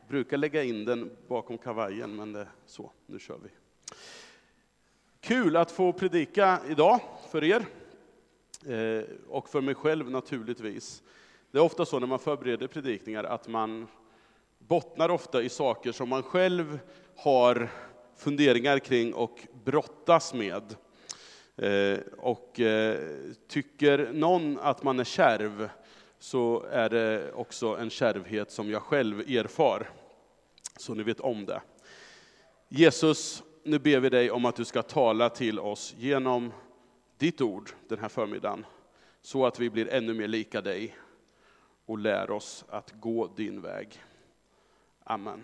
Brukar lägga in den bakom kavajen, men det är så. Nu kör vi. Kul att få predika idag för er. Och för mig själv naturligtvis. Det är ofta så när man förbereder predikningar att man bottnar ofta i saker som man själv har funderingar kring och brottas med. Tycker någon att man är kärv, så är det också en kärvhet som jag själv erfar. Så ni vet om det. Jesus, nu ber vi dig om att du ska tala till oss genom ditt ord den här förmiddagen. Så att vi blir ännu mer lika dig och lär oss att gå din väg. Amen.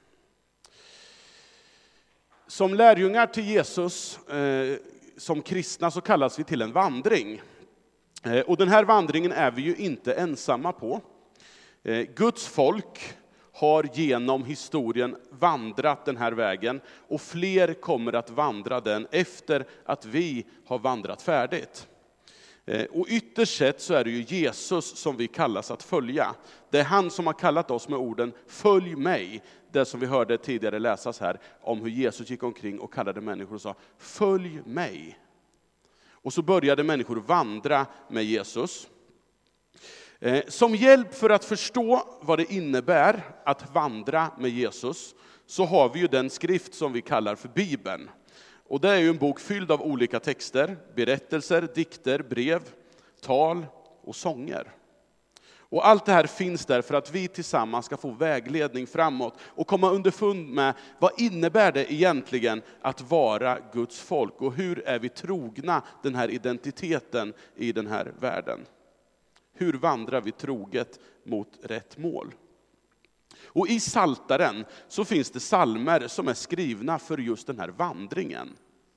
Som lärjungar till Jesus, som kristna, så kallas vi till en vandring. Och den här vandringen är vi ju inte ensamma på. Guds folk har genom historien vandrat den här vägen. Och fler kommer att vandra den efter att vi har vandrat färdigt. Och ytterst sett så är det ju Jesus som vi kallas att följa. Det är han som har kallat oss med orden följ mig. Det som vi hörde tidigare läsas här om hur Jesus gick omkring och kallade människor och sa följ mig. Och så började människor vandra med Jesus. Som hjälp för att förstå vad det innebär att vandra med Jesus så har vi ju den skrift som vi kallar för Bibeln. Och det är ju en bok fylld av olika texter, berättelser, dikter, brev, tal och sånger. Och allt det här finns där för att vi tillsammans ska få vägledning framåt och komma underfund med vad innebär det egentligen att vara Guds folk och hur är vi trogna den här identiteten i den här världen. Hur vandrar vi troget mot rätt mål? Och i Psaltaren så finns det psalmer som är skrivna för just den här vandringen.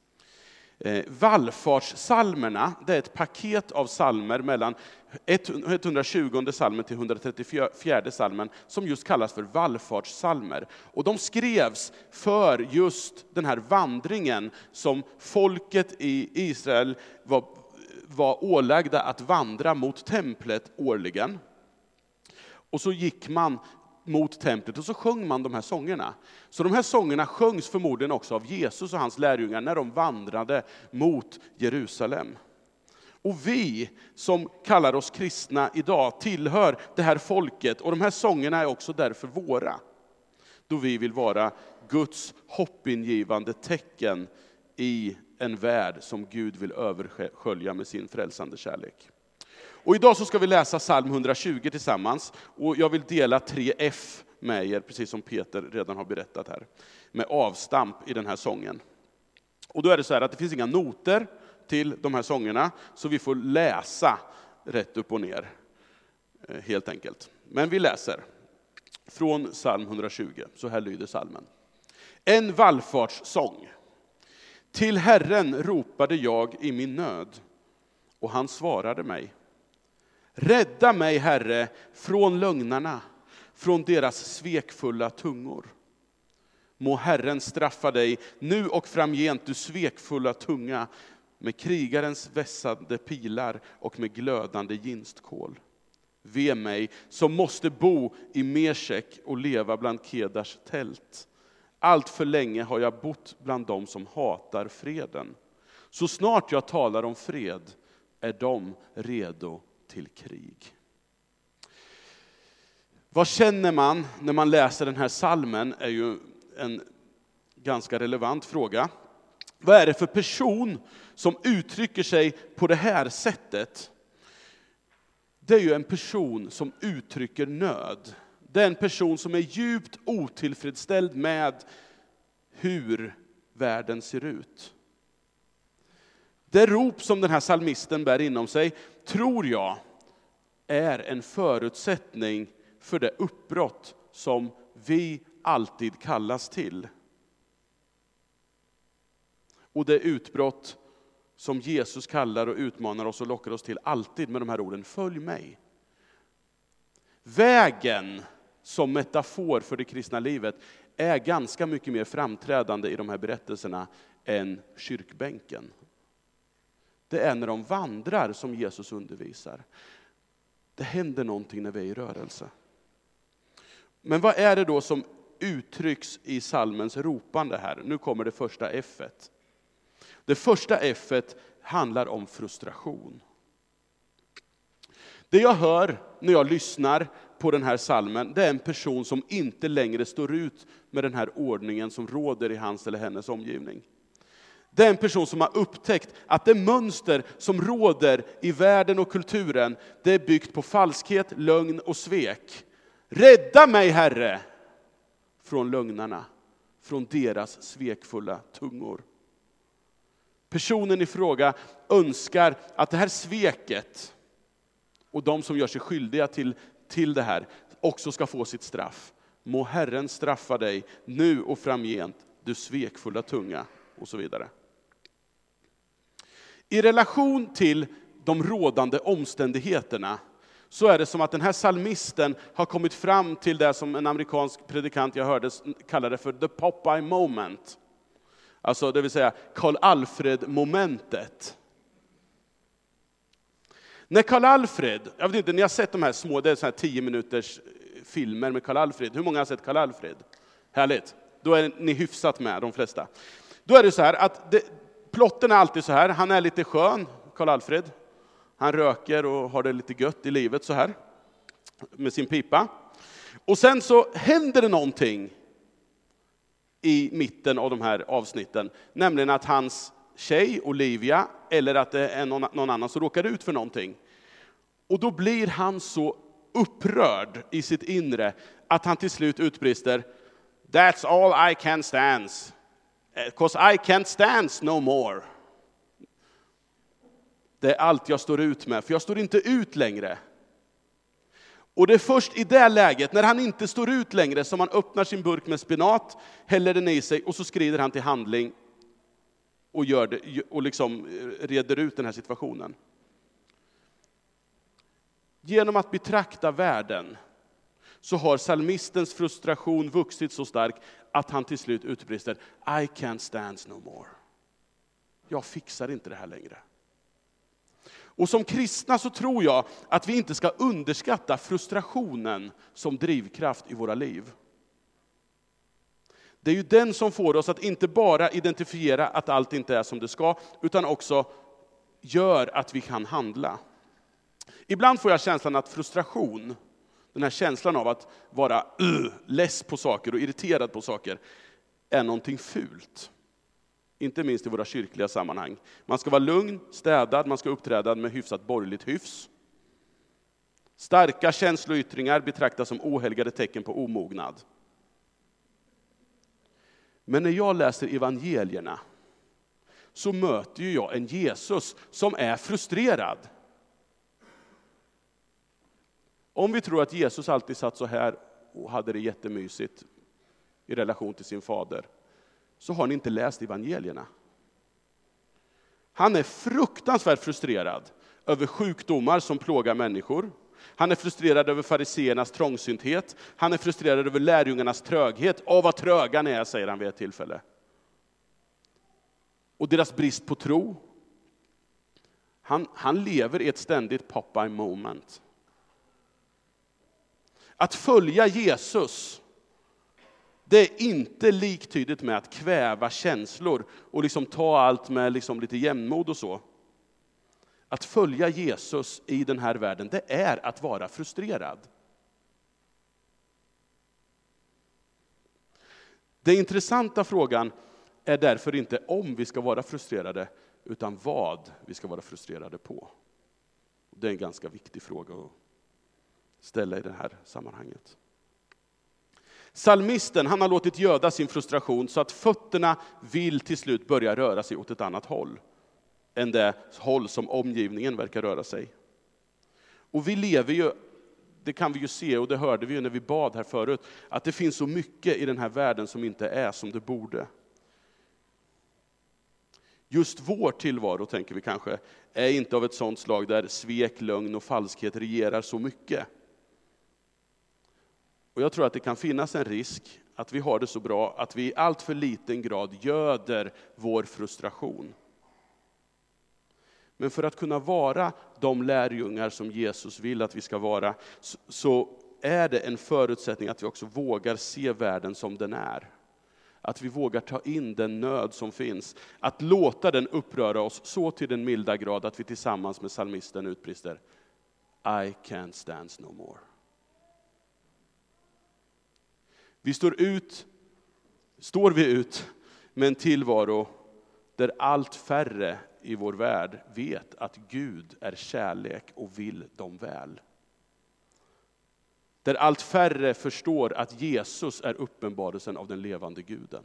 Vallfartssalmerna, det är ett paket av psalmer mellan 120 salmen till 134 salmen som just kallas för vallfartssalmer. Och de skrevs för just den här vandringen som folket i Israel var ålagda att vandra mot templet årligen. Och så gick man mot templet och så sjöng man de här sångerna. Så de här sångerna sjöngs förmodligen också av Jesus och hans lärjungar när de vandrade mot Jerusalem. Och vi som kallar oss kristna idag tillhör det här folket och de här sångerna är också därför våra. Då vi vill vara Guds hoppingivande tecken i en värld som Gud vill överskölja med sin frälsande kärlek. Och idag så ska vi läsa psalm 120 tillsammans. Och jag vill dela 3F med er, precis som Peter redan har berättat här. Med avstamp i den här sången. Och då är det så här att det finns inga noter till de här sångerna. Så vi får läsa rätt upp och ner. Helt enkelt. Men vi läser från psalm 120. Så här lyder psalmen. En vallfartssång. Till Herren ropade jag i min nöd. Och han svarade mig. Rädda mig, Herre, från lögnarna, från deras svekfulla tungor. Må Herren straffa dig nu och framgent, du svekfulla tunga, med krigarens vässade pilar och med glödande ginstkål. Ve mig som måste bo i Meshek och leva bland Kedars tält. Allt för länge har jag bott bland dem som hatar freden. Så snart jag talar om fred är de redo till krig. Vad känner man när man läser den här psalmen är ju en ganska relevant fråga. Vad är det för person som uttrycker sig på det här sättet? Det är ju en person som uttrycker nöd. Det är en person som är djupt otillfredsställd med hur världen ser ut. Det rop som den här psalmisten bär inom sig, tror jag, är en förutsättning för det uppbrott som vi alltid kallas till. Och det utbrott som Jesus kallar och utmanar oss och lockar oss till alltid med de här orden, följ mig. Vägen som metafor för det kristna livet är ganska mycket mer framträdande i de här berättelserna än kyrkbänken. Det är när de vandrar som Jesus undervisar. Det händer någonting när vi är i rörelse. Men vad är det då som uttrycks i salmens ropande här. Nu kommer det första F-et. Det första F-et handlar om frustration. Det jag hör när jag lyssnar på den här salmen, det är en person som inte längre står ut med den här ordningen som råder i hans eller hennes omgivning. Det är en person som har upptäckt att det mönster som råder i världen och kulturen, det är byggt på falskhet, lögn och svek. Rädda mig, Herre, från lögnarna, från deras svekfulla tungor. Personen i fråga önskar att det här sveket och de som gör sig skyldiga till det här också ska få sitt straff. Må Herren straffa dig nu och framgent, du svekfulla tunga, och så vidare. I relation till de rådande omständigheterna så är det som att den här salmisten har kommit fram till det som en amerikansk predikant jag hörde kallade för the Popeye moment. Alltså det vill säga Karl Alfred-momentet. När Karl Alfred, jag vet inte, ni har sett de här små, det är så här 10 minuters filmer med Karl Alfred. Hur många har sett Karl Alfred? Härligt. Då är ni hyfsat med, de flesta. Då är det så här att plotten är alltid så här. Han är lite skön, Karl Alfred. Han röker och har det lite gött i livet så här. Med sin pipa. Och sen så händer det någonting i mitten av de här avsnitten. Nämligen att hans tjej, Olivia, eller att det är någon annan som råkar ut för någonting. Och då blir han så upprörd i sitt inre att han till slut utbrister: That's all I can stand. 'Cause I can't stand no more. Det är allt jag står ut med, för jag står inte ut längre. Och det är först i det läget, när han inte står ut längre, som han öppnar sin burk med spenat, häller den i sig och så skrider han till handling och gör det, och liksom reder ut den här situationen. Genom att betrakta världen så har salmistens frustration vuxit så stark att han till slut utbrister: I can't stand no more. Jag fixar inte det här längre. Och som kristna så tror jag att vi inte ska underskatta frustrationen som drivkraft i våra liv. Det är ju den som får oss att inte bara identifiera att allt inte är som det ska, utan också gör att vi kan handla. Ibland får jag känslan att frustration, den här känslan av att vara less på saker och irriterad på saker, är någonting fult. Inte minst i våra kyrkliga sammanhang. Man ska vara lugn, städad, man ska uppträda med hyfsat borgerligt hyfs. Starka känsloyttringar betraktas som ohelgade tecken på omognad. Men när jag läser evangelierna så möter ju jag en Jesus som är frustrerad. Om vi tror att Jesus alltid satt så här och hade det jättemysigt i relation till sin fader, så har ni inte läst evangelierna. Han är fruktansvärt frustrerad över sjukdomar som plågar människor. Han är frustrerad över fariseernas trångsynthet. Han är frustrerad över lärjungarnas tröghet. Vad tröga ni är, säger han vid ett tillfälle. Och deras brist på tro. Han lever i ett ständigt Popeye moment. Att följa Jesus, det är inte liktydigt med att kväva känslor och liksom ta allt med liksom lite jämnmod och så. Att följa Jesus i den här världen, det är att vara frustrerad. Den intressanta frågan är därför inte om vi ska vara frustrerade, utan vad vi ska vara frustrerade på. Det är en ganska viktig fråga att ställa i det här sammanhanget. Salmisten, han har låtit göda sin frustration så att fötterna vill till slut börja röra sig åt ett annat håll än det håll som omgivningen verkar röra sig. Och vi lever ju, det kan vi ju se och det hörde vi ju när vi bad här förut, att det finns så mycket i den här världen som inte är som det borde. Just vår tillvaro, tänker vi kanske, är inte av ett sådant slag där svek, lögn och falskhet regerar så mycket. Och jag tror att det kan finnas en risk att vi har det så bra att vi i allt för liten grad göder vår frustration. Men för att kunna vara de lärjungar som Jesus vill att vi ska vara, så är det en förutsättning att vi också vågar se världen som den är. Att vi vågar ta in den nöd som finns. Att låta den uppröra oss så till den milda grad att vi tillsammans med psalmisten utbrister: I can't stand no more. Står vi ut med en tillvaro där allt färre i vår värld vet att Gud är kärlek och vill dem väl. Där allt färre förstår att Jesus är uppenbarelsen av den levande Guden.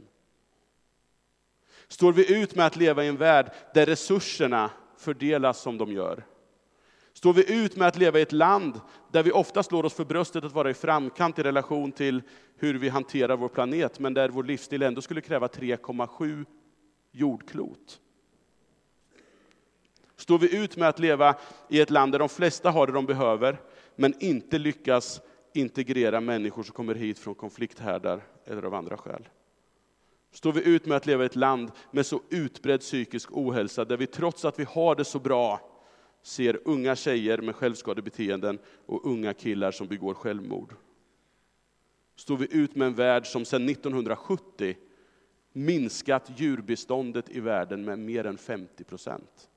Står vi ut med att leva i en värld där resurserna fördelas som de gör? Står vi ut med att leva i ett land där vi ofta slår oss för bröstet att vara i framkant i relation till hur vi hanterar vår planet, men där vår livsstil ändå skulle kräva 3,7 jordklot? Står vi ut med att leva i ett land där de flesta har det de behöver, men inte lyckas integrera människor som kommer hit från konflikthärdar eller av andra skäl? Står vi ut med att leva i ett land med så utbredd psykisk ohälsa, där vi trots att vi har det så bra ser unga tjejer med självskadebeteenden och unga killar som begår självmord? Står vi ut med en värld som sedan 1970 minskat djurbeståndet i världen med mer än 50%?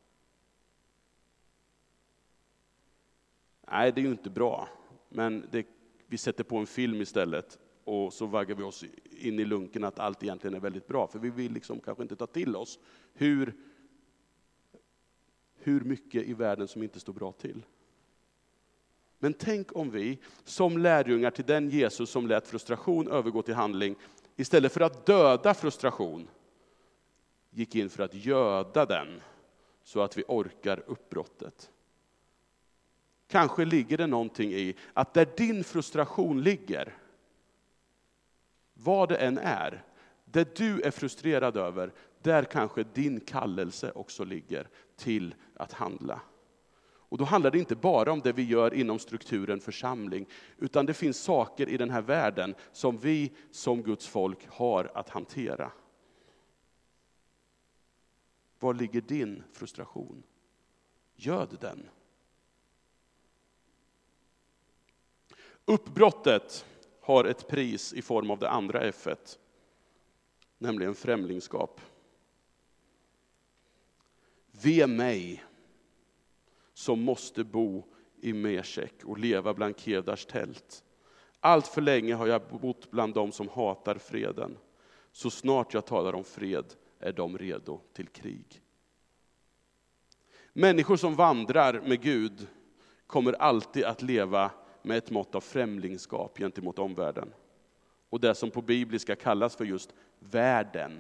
Nej, det är ju inte bra. Men vi sätter på en film istället och så vaggar vi oss in i lunken att allt egentligen är väldigt bra. För vi vill liksom kanske inte ta till oss hur mycket i världen som inte står bra till. Men tänk om vi som lärjungar till den Jesus som lät frustration övergå till handling, istället för att döda frustration, gick in för att göda den så att vi orkar uppbrottet. Kanske ligger det någonting i att där din frustration ligger, vad det än är, det du är frustrerad över, där kanske din kallelse också ligger till att handla. Och då handlar det inte bara om det vi gör inom strukturen församling, utan det finns saker i den här världen som vi som Guds folk har att hantera. Var ligger din frustration? Göd den. Uppbrottet har ett pris i form av det andra F-et, nämligen främlingskap. Ve mig som måste bo i Meshek och leva bland Kedars tält. Allt för länge har jag bott bland dem som hatar freden. Så snart jag talar om fred är de redo till krig. Människor som vandrar med Gud kommer alltid att leva med ett mått av främlingskap gentemot omvärlden. Och det som på bibliska kallas för just världen.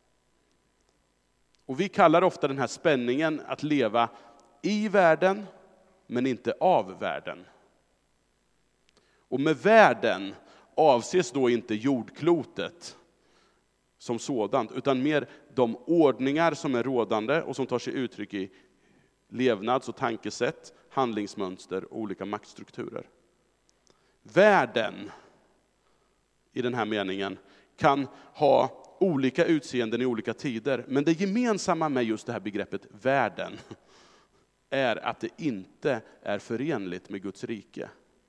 Och vi kallar ofta den här spänningen att leva i världen men inte av världen. Och med världen avses då inte jordklotet som sådant, utan mer de ordningar som är rådande och som tar sig uttryck i levnads- och tankesätt, handlingsmönster och olika maktstrukturer. Världen i den här meningen kan ha olika utseenden i olika tider, men det gemensamma med just det här begreppet världen är att det inte är förenligt med Guds rike.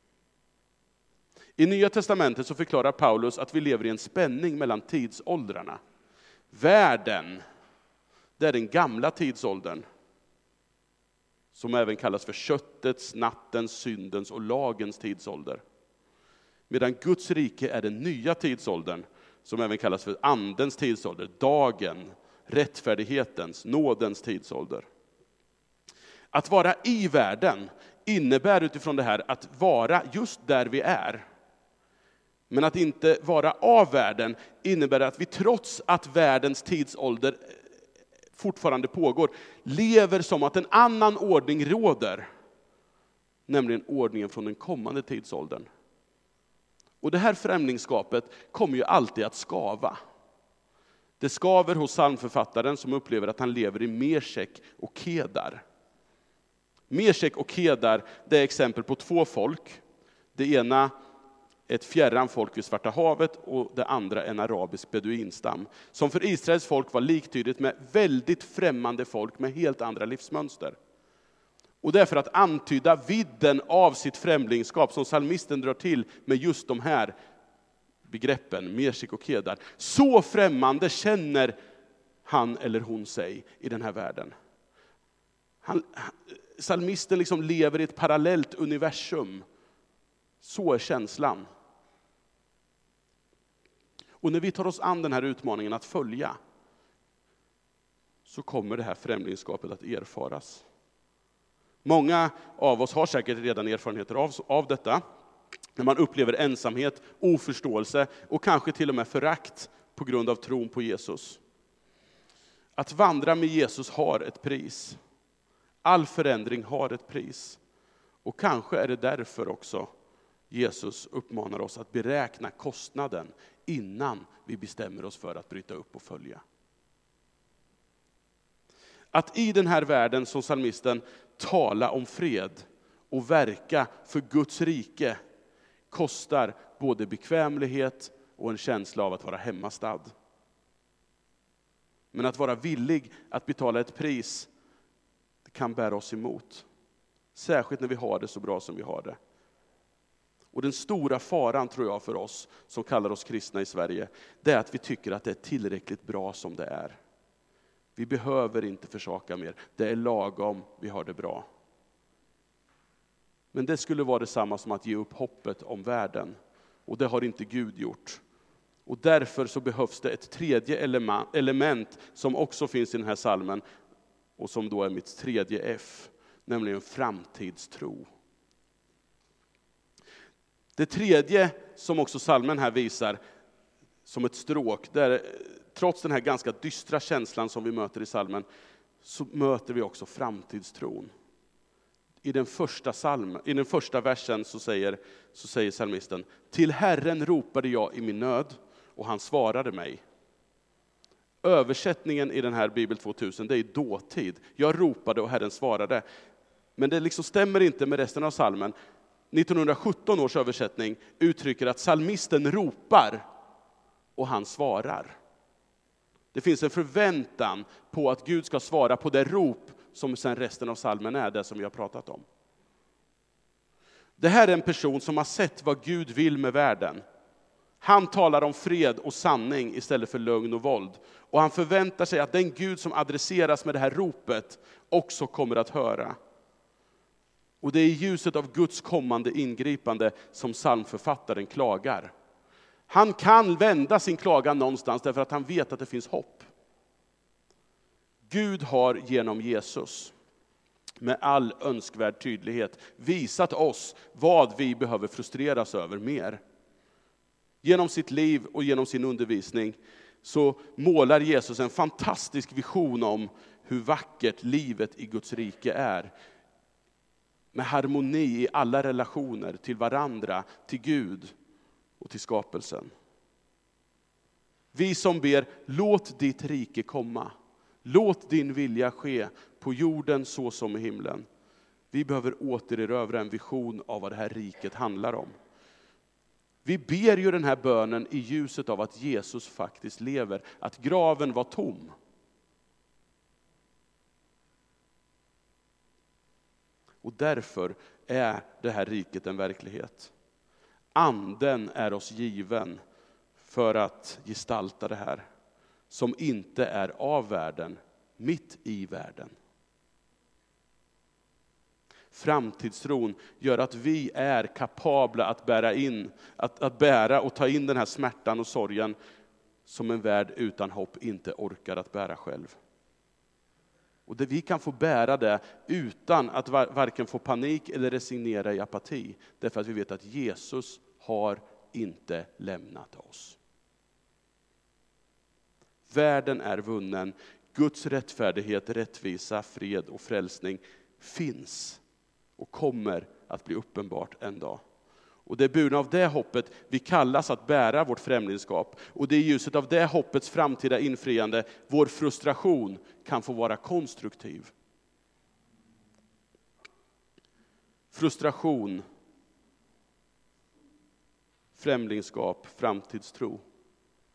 I Nya testamentet så förklarar Paulus att vi lever i en spänning mellan tidsåldrarna. Världen, det är den gamla tidsåldern, som även kallas för köttets, nattens, syndens och lagens tidsålder. Medan Guds rike är den nya tidsåldern, som även kallas för andens tidsålder, dagen, rättfärdighetens, nådens tidsålder. Att vara i världen innebär utifrån det här att vara just där vi är. Men att inte vara av världen innebär att vi trots att världens tidsålder fortfarande pågår, lever som att en annan ordning råder. Nämligen ordningen från den kommande tidsåldern. Och det här främlingskapet kommer ju alltid att skava. Det skaver hos psalmförfattaren som upplever att han lever i Meshek och Kedar. Meshek och Kedar, det är exempel på två folk. Det ena ett fjärran folk vid Svarta havet och det andra en arabisk beduinstam. Som för Israels folk var liktydigt med väldigt främmande folk med helt andra livsmönster. Och det är för att antyda vidden av sitt främlingskap som psalmisten drar till med just de här begreppen, Mesik och Kedar. Så främmande känner han eller hon sig i den här världen. Psalmisten liksom lever i ett parallellt universum. Så är känslan. Och när vi tar oss an den här utmaningen att följa, så kommer det här främlingskapet att erfaras. Många av oss har säkert redan erfarenheter av detta. När man upplever ensamhet, oförståelse och kanske till och med förakt på grund av tron på Jesus. Att vandra med Jesus har ett pris. All förändring har ett pris. Och kanske är det därför också Jesus uppmanar oss att beräkna kostnaden innan vi bestämmer oss för att bryta upp och följa. Att i den här världen som psalmisten tala om fred och verka för Guds rike kostar både bekvämlighet och en känsla av att vara hemmastad. Men att vara villig att betala ett pris, det kan bära oss emot. Särskilt när vi har det så bra som vi har det. Och den stora faran tror jag för oss som kallar oss kristna i Sverige, det är att vi tycker att det är tillräckligt bra som det är. Vi behöver inte försaka mer. Det är lagom, vi har det bra. Men det skulle vara detsamma som att ge upp hoppet om världen. Och det har inte Gud gjort. Och därför så behövs det ett tredje element som också finns i den här salmen. Och som då är mitt tredje F. Nämligen framtidstro. Det tredje som också salmen här visar som ett stråk, där trots den här ganska dystra känslan som vi möter i salmen, så möter vi också framtidstron. I den första versen så säger psalmisten: till Herren ropade jag i min nöd och han svarade mig. Översättningen i den här Bibel 2000, det är dåtid. Jag ropade och Herren svarade. Men det liksom stämmer inte med resten av salmen. 1917 års översättning uttrycker att psalmisten ropar och han svarar. Det finns en förväntan på att Gud ska svara på det rop som sen resten av salmen är, det som vi har pratat om. Det här är en person som har sett vad Gud vill med världen. Han talar om fred och sanning istället för lögn och våld. Och han förväntar sig att den Gud som adresseras med det här ropet också kommer att höra. Och det är i ljuset av Guds kommande ingripande som psalmförfattaren klagar. Han kan vända sin klagan någonstans därför att han vet att det finns hopp. Gud har genom Jesus med all önskvärd tydlighet visat oss vad vi behöver frustreras över mer. Genom sitt liv och genom sin undervisning så målar Jesus en fantastisk vision om hur vackert livet i Guds rike är. Med harmoni i alla relationer till varandra, till Gud och till skapelsen. Vi som ber, låt ditt rike komma. Låt din vilja ske på jorden så som i himlen. Vi behöver återerövra en vision av vad det här riket handlar om. Vi ber ju den här bönen i ljuset av att Jesus faktiskt lever. Att graven var tom. Och därför är det här riket en verklighet. Anden är oss given för att gestalta det här. Som inte är av världen, mitt i världen. Framtidstron gör att vi är kapabla att bära och ta in den här smärtan och sorgen som en värld utan hopp inte orkar att bära själv. Och vi kan få bära det utan att varken få panik eller resignera i apati. Därför att vi vet att Jesus har inte lämnat oss. Världen är vunnen. Guds rättfärdighet, rättvisa, fred och frälsning finns och kommer att bli uppenbart en dag. Och det är buren av det hoppet vi kallas att bära vårt främlingskap. Och det är i ljuset av det hoppets framtida infriande vår frustration kan få vara konstruktiv. Frustration, främlingskap, framtidstro.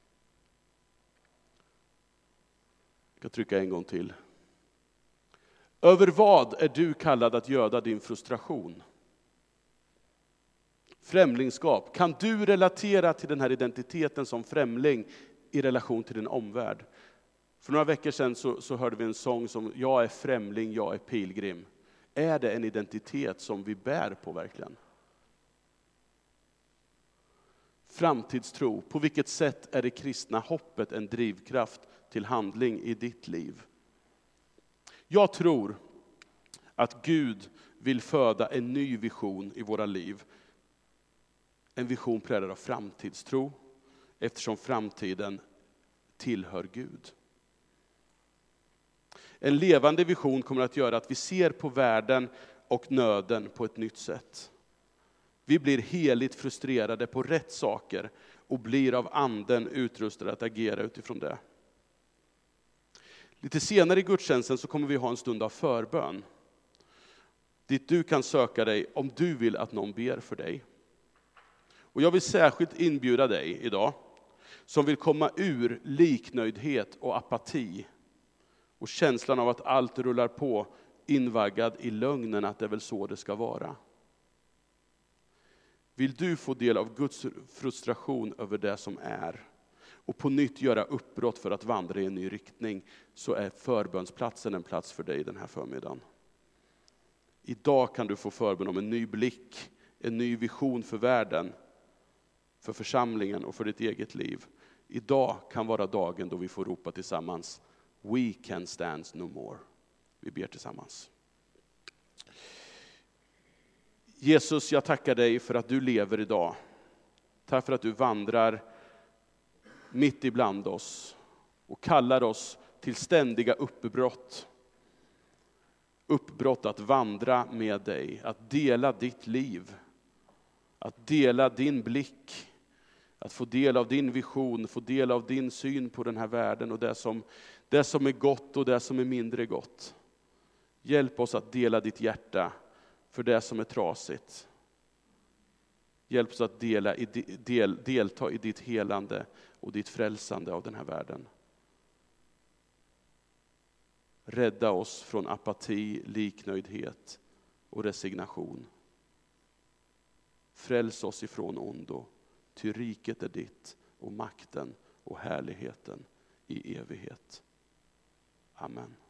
Jag ska trycka en gång till. Över vad är du kallad att göda din frustration? Främlingskap. Kan du relatera till den här identiteten som främling i relation till din omvärld? För några veckor sedan så hörde vi en sång som jag är främling, jag är pilgrim. Är det en identitet som vi bär på verkligen? Framtidstro. På vilket sätt är det kristna hoppet en drivkraft till handling i ditt liv? Jag tror att Gud vill föda en ny vision i våra liv. En vision präglad av framtidstro, eftersom framtiden tillhör Gud. En levande vision kommer att göra att vi ser på världen och nöden på ett nytt sätt. Vi blir heligt frustrerade på rätt saker och blir av anden utrustade att agera utifrån det. Lite senare i gudstjänsten så kommer vi ha en stund av förbön. Dit du kan söka dig om du vill att någon ber för dig. Och jag vill särskilt inbjuda dig idag som vill komma ur liknöjdhet och apati och känslan av att allt rullar på, invaggad i lögnen att det är väl så det ska vara. Vill du få del av Guds frustration över det som är och på nytt göra uppbrott för att vandra i en ny riktning, så är förbönsplatsen en plats för dig den här förmiddagen. Idag kan du få förbön om en ny blick, en ny vision för världen, för församlingen och för ditt eget liv. Idag kan vara dagen då vi får ropa tillsammans: We can stand no more. Vi ber tillsammans. Jesus, jag tackar dig för att du lever idag. Tack för att du vandrar mitt ibland oss och kallar oss till ständiga uppbrott. Uppbrott att vandra med dig, att dela ditt liv, att dela din blick, att få del av din vision, få del av din syn på den här världen och det som är gott och det som är mindre gott. Hjälp oss att dela ditt hjärta för det som är trasigt. Hjälp oss att delta i ditt helande och ditt frälsande av den här världen. Rädda oss från apati, liknöjdhet och resignation. Fräls oss ifrån ondo, ty riket är ditt och makten och härligheten i evighet. Amen.